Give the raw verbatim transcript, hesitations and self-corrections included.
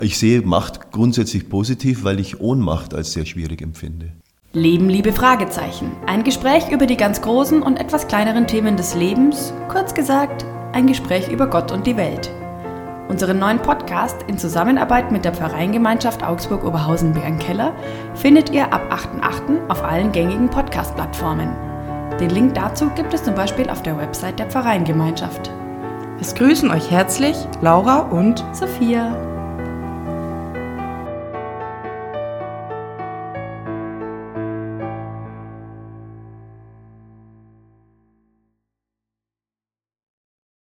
Ich sehe Macht grundsätzlich positiv, weil ich Ohnmacht als sehr schwierig empfinde. Leben, Liebe, Fragezeichen. Ein Gespräch über die ganz großen und etwas kleineren Themen des Lebens. Kurz gesagt, ein Gespräch über Gott und die Welt. Unseren neuen Podcast in Zusammenarbeit mit der Pfarreiengemeinschaft Augsburg-Oberhausen-Bärenkeller findet ihr ab achten achten auf allen gängigen Podcast-Plattformen. Den Link dazu gibt es zum Beispiel auf der Website der Pfarreiengemeinschaft. Es grüßen euch herzlich Laura und Sophia.